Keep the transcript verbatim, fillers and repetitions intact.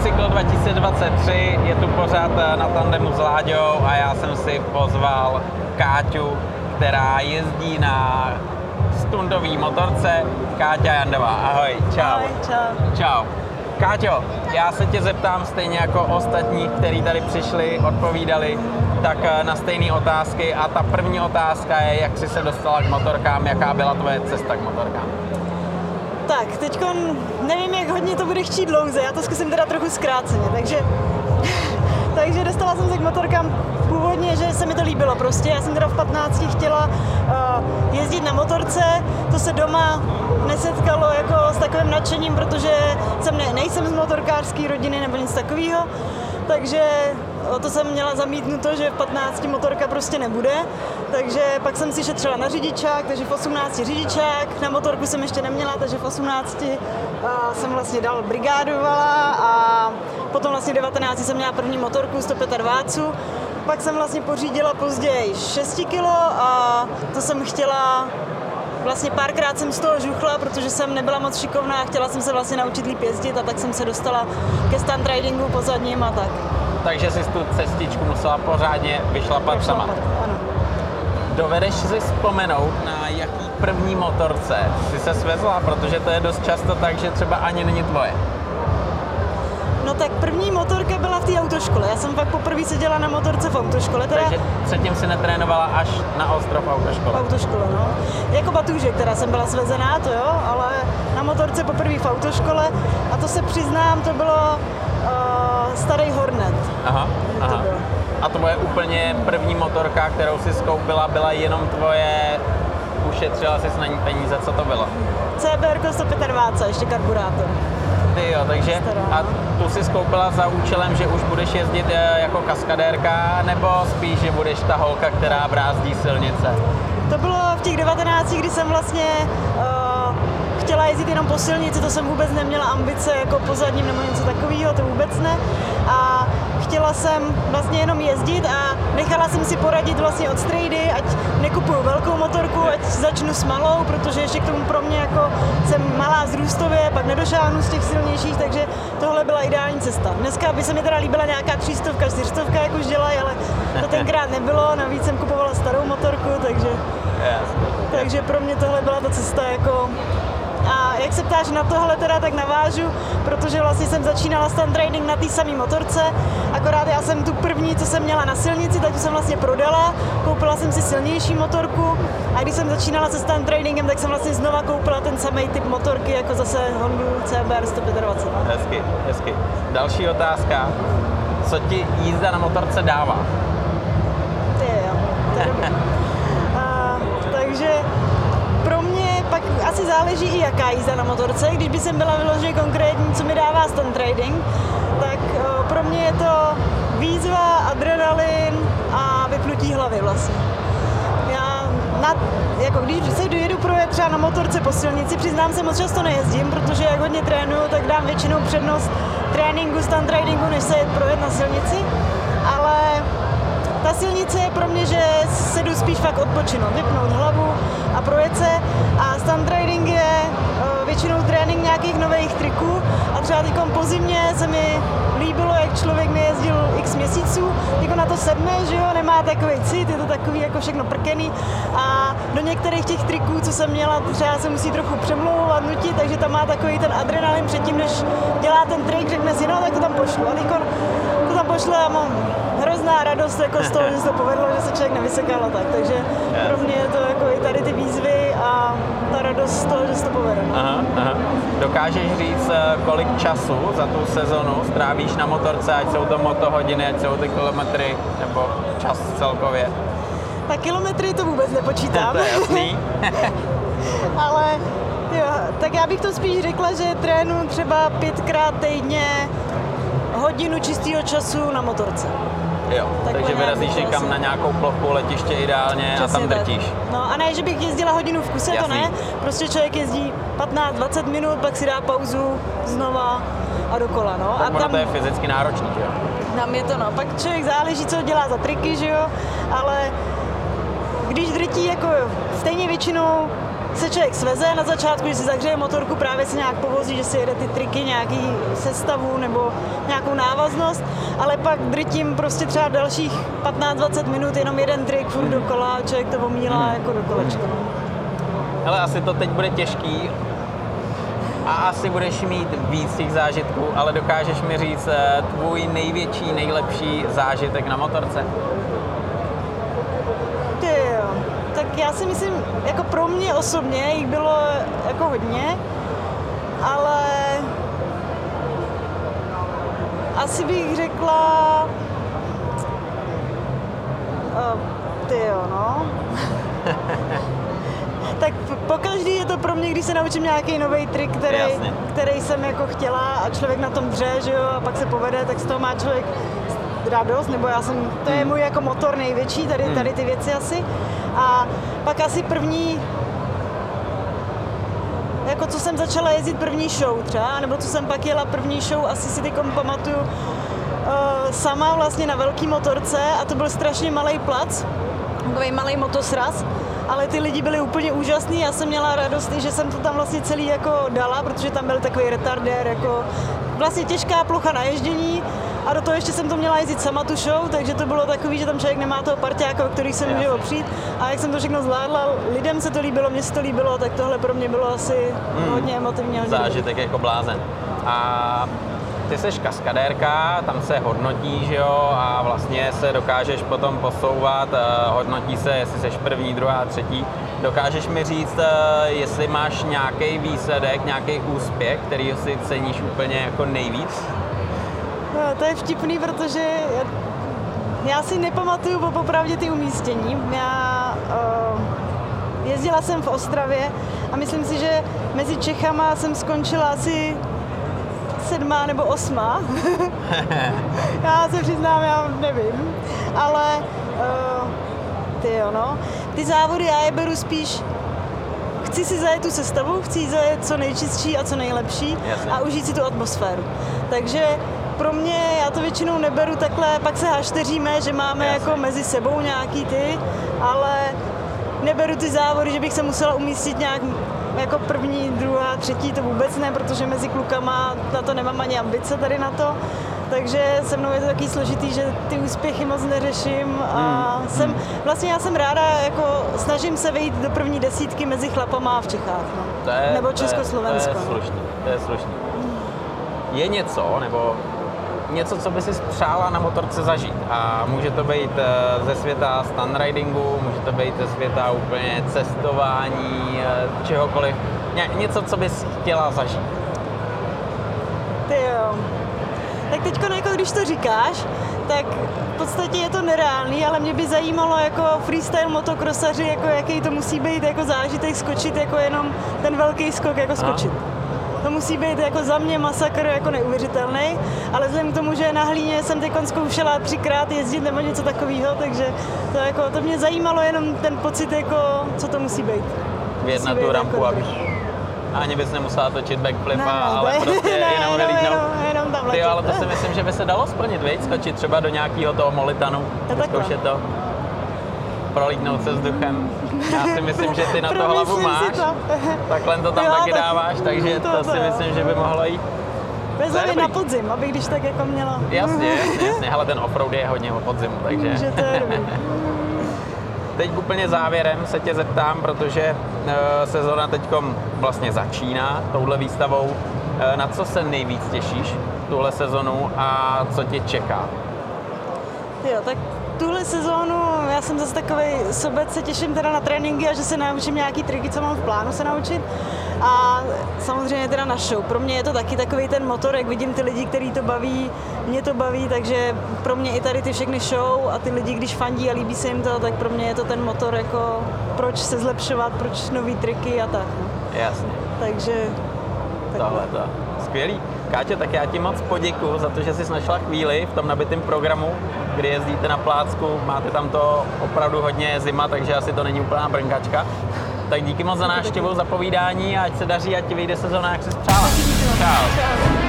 Motocykl dva tisíce dvacet tři je tu pořád na tandemu s Láďou a já jsem si pozval Káťu, která jezdí na stundový motorce. Káťa Jandová, ahoj, čau. Ahoj, čau. Čau. Káťo, já se tě zeptám stejně jako ostatní, kteří tady přišli, odpovídali, tak na stejné otázky a ta první otázka je, jak jsi se dostala k motorkám, jaká byla tvoje cesta k motorkám? Tak, teďko nevím, jak hodně to bude chtít dlouze, já to zkusím teda trochu zkráceně, takže, takže dostala jsem se k motorkám původně, že se mi to líbilo prostě, já jsem teda v patnácti chtěla uh, jezdit na motorce, to se doma nesetkalo jako s takovým nadšením, protože jsem ne, nejsem z motorkářské rodiny nebo nic takového, takže to jsem měla zamítnuto, že v patnácti motorka prostě nebude, takže pak jsem si šetřila na řidičák, takže v osmnácti řidičák, na motorku jsem ještě neměla, takže v osmnácti uh, jsem vlastně dál brigádovala a potom vlastně v devatenácti jsem měla první motorku sto pět váců, pak jsem vlastně pořídila později šest kilo a to jsem chtěla, vlastně párkrát jsem z toho žuchla, protože jsem nebyla moc šikovná a chtěla jsem se vlastně naučit líp jezdit a tak jsem se dostala ke stunt ridingu po zadním a tak. Takže jsi tu cestičku musela pořádně vyšlapat sama. Ano. Dovedeš si vzpomenout, na jaký první motorce jsi se svezla, protože to je dost často tak, že třeba ani není tvoje. No tak první motorka byla v té autoškole. Já jsem pak poprvé seděla na motorce v autoškole. Teda... Takže předtím si netrénovala až na ostrov autoškole. V autoškole, no. Jako batůžek, která jsem byla svezená, to jo, ale na motorce poprvé v autoškole a to se přiznám, to bylo uh, starý Hornet. Aha, aha. To bylo. A tvoje úplně první motorka, kterou jsi skoupila, byla jenom tvoje, ušetřila jsi na ní peníze, co to bylo? C B R sto pět váců, ještě karburátor. Ty jo, takže a tu si skoupila za účelem, že už budeš jezdit jako kaskadérka, nebo spíš, že budeš ta holka, která brázdí silnice? To bylo v těch devatenácti, kdy jsem vlastně uh, chtěla jezdit jenom po silnici, to jsem vůbec neměla ambice jako po zadním nebo něco takového, to vůbec ne. A chtěla jsem vlastně jenom jezdit a nechala jsem si poradit vlastně od strejdy, ať nekupuju velkou motorku, ať začnu s malou, protože ještě k tomu pro mě jako jsem malá vzrůstově, pak nedošáhnu z těch silnějších, takže tohle byla ideální cesta. Dneska by se mi teda líbila nějaká třístovka, čtyřstovka, jak už dělají, ale to tenkrát nebylo, navíc jsem kupovala starou motorku, takže, takže pro mě tohle byla ta cesta jako. A jak se ptáš na tohle teda, tak navážu, protože vlastně jsem začínala stunt riding na té samé motorce, akorát já jsem tu první, co jsem měla na silnici, tak tu jsem vlastně prodala, koupila jsem si silnější motorku a když jsem začínala se stunt ridingem, tak jsem vlastně znova koupila ten samý typ motorky, jako zase Hondu C B R sto dvacet pět. Hezky, hezky. Další otázka, co ti jízda na motorce dává? Ty jo, to je dobrý. A, takže pro mě pak asi záleží i jaká jízda na motorce. Když by jsem byla vyloženě konkrétní, co mi dává stunt riding, tak o, pro mě je to výzva, adrenalin a vypnutí hlavy vlastně. Já na, jako když se dojedu projet třeba na motorce po silnici, přiznám se, moc často nejezdím, protože jak hodně trénuju, tak dám většinou přednost tréninku, stunt ridingu, než se jet projet na silnici, ale ta silnice je pro mě, že se jdu spíš fakt odpočinout, vypnout hlavu a projet se. A stunt riding je uh, většinou trénink nějakých nových triků. A třeba teďkom po zimě se mi líbilo, jak člověk nejezdil x měsíců, jako na to sedne, že jo, nemá takový cit, je to takový jako všechno prkený. A do některých těch triků, co jsem měla, třeba se musí trochu přemlouvat, nutit, takže tam má takový ten adrenalin předtím, než dělá ten trik, řekne si, no tak to tam pošlu. A teďkon to tam pošle a mám hrozná radost jako z toho, že se to povedlo, že se člověk nevysekal a tak, takže yes. Pro mě je to jako i tady ty výzvy a ta radost z toho, že se to povede. No. Aha, aha. Dokážeš říct, kolik času za tu sezonu strávíš na motorce, ať jsou to motohodiny, ať jsou ty kilometry, nebo čas celkově? Tak kilometry to vůbec nepočítám. To je jasný. Ale jo, tak já bych to spíš řekla, že trénuji třeba pětkrát týdně hodinu čistého času na motorce. Jo, tak takže vyrazíš někam na nějakou plochu, letiště ideálně. Přesně a tam drtíš. Tak. No a ne, že bych jezdila hodinu v kuse, jasný. To ne. Prostě člověk jezdí patnáct dvacet minut, pak si dá pauzu znova a dokola, no. Tak a ono tam to je fyzicky náročný, jo? Tam je to, no. Pak člověk záleží, co dělá za triky, že jo, ale když drtí, jako stejně většinou se člověk sveze na začátku, že si zahřeje motorku, právě se nějak povozí, že si jede ty triky, nějaký sestavu nebo nějakou návaznost, ale pak drtím prostě třeba dalších patnáct dvacet minut jenom jeden trik furt dokola a člověk to omílá hmm. jako do kolečka. No. Hele, asi to teď bude těžký a asi budeš mít víc těch zážitků, ale dokážeš mi říct tvůj největší, nejlepší zážitek na motorce? Ty jo. Tak já si myslím, jako pro mě osobně jich bylo jako hodně, ale asi bych řekla, uh, ty jo, no. Tak pokaždý je to pro mě, když se naučím nějaký nový trik, který, který jsem jako chtěla a člověk na tom dře, že jo, a pak se povede, tak z toho má člověk radost, nebo já jsem, to je můj jako motor největší, tady, tady ty věci asi. A pak asi první, jako co jsem začala jezdit první show třeba, nebo co jsem pak jela první show, asi si tykom pamatuju, uh, sama vlastně na velký motorce a to byl strašně malej plac, takový malej motosraz, ale ty lidi byli úplně úžasní, já jsem měla radost, že jsem to tam vlastně celý jako dala, protože tam byl takový retardér, jako vlastně těžká plocha na ježdění a do toho ještě jsem to měla jezdit sama tu show, takže to bylo takový, že tam člověk nemá toho parťáka, o který se může opřít a jak jsem to všechno zvládla, lidem se to líbilo, mně se to líbilo, tak tohle pro mě bylo asi hmm. hodně emotivní. Zážitek jako blázen. A ty jsi kaskadérka, tam se hodnotí, že jo, a vlastně se dokážeš potom posouvat, hodnotí se, jestli jsi první, druhá, třetí. Dokážeš mi říct, jestli máš nějaký výsledek, nějaký úspěch, který si ceníš úplně jako nejvíc? No, to je vtipný, protože já, já si nepamatuju popravdě ty umístění. Já uh, jezdila jsem v Ostravě a myslím si, že mezi Čechama jsem skončila asi sedmá nebo osmá. Já se přiznám, já nevím, ale uh, ty jo, no. Ty závody já je beru spíš, chci si zajet tu sestavu, chci ji zajet co nejčistší a co nejlepší. Jasně. A užít si tu atmosféru. Takže pro mě, já to většinou neberu takhle, pak se hašteříme, že máme Jasně. jako mezi sebou nějaký ty, ale neberu ty závody, že bych se musela umístit nějak jako první, druhá, třetí, to vůbec ne, protože mezi klukama na to nemám ani ambice tady na to. Takže se mnou je to takový složitý, že ty úspěchy moc neřeším a hmm. jsem, vlastně já jsem ráda, jako snažím se vejít do první desítky mezi chlapama v Čechách, no. To je, nebo Československo. To je slušný, to je slušný. Je něco, nebo něco, co by si přála na motorce zažít a může to být ze světa standridingu, může to být ze světa úplně cestování, čehokoliv, Ně, něco, co bys chtěla zažít. Ty jo. Tak teďko, jako když to říkáš, tak v podstatě je to nereálný, ale mě by zajímalo jako freestyle motokrosaři, jako jaký to musí být jako zážitek skočit, jako jenom ten velký skok, jako skočit. Aha. To musí být jako za mě masakr jako neuvěřitelný, ale vzhledem k tomu, že na hlíně jsem teď zkoušela třikrát jezdit nebo něco takového, takže to, jako, to mě zajímalo jenom ten pocit, jako, co to musí být. Vjet na tu rampu, jako, aby ani bys nemusela točit backflip, ne, ale ne, prostě ne, jenom vylítnout. Jenom, jenom tam Ty, ale to si myslím, že by se dalo splnit, viď? Skočit třeba do nějakého toho molitanu, zkoušet to, prolítnout se vzduchem. Já si myslím, že ty na to hlavu máš, takhle to tam jo, taky tak dáváš, takže to, to si jo. myslím, že by mohlo jít. Vezme na podzim, abych když tak jako měla. Jasně, jasně, jasně, hele, ten offroad je hodně o podzimu, takže... Že to je dobrý. Teď úplně závěrem se tě zeptám, protože uh, sezona teďkom vlastně začíná touhle výstavou. Uh, na co se nejvíc těšíš tuhle sezonu a co tě čeká? Jo, tak tuhle sezónu, já jsem zase takovej sobec, se těším teda na tréninky a že se naučím nějaký triky, co mám v plánu se naučit. A samozřejmě teda na show. Pro mě je to taky takový ten motor, jak vidím ty lidi, který to baví, mě to baví, takže pro mě i tady ty všechny show a ty lidi, když fandí a líbí se jim to, tak pro mě je to ten motor, jako proč se zlepšovat, proč nový triky a tak. No. Jasně. Takže... Tohle to. Skvělý. Káťo, tak já ti moc poděkuju za to, že jsi našla chvíli v tom nabitém programu, kdy jezdíte na Plácku, máte tam to opravdu hodně zima, takže asi to není úplná brnkačka. Tak díky moc za návštěvu, za povídání a ať se daří, ať ti vyjde sezóna, jak jsi přála. Čau.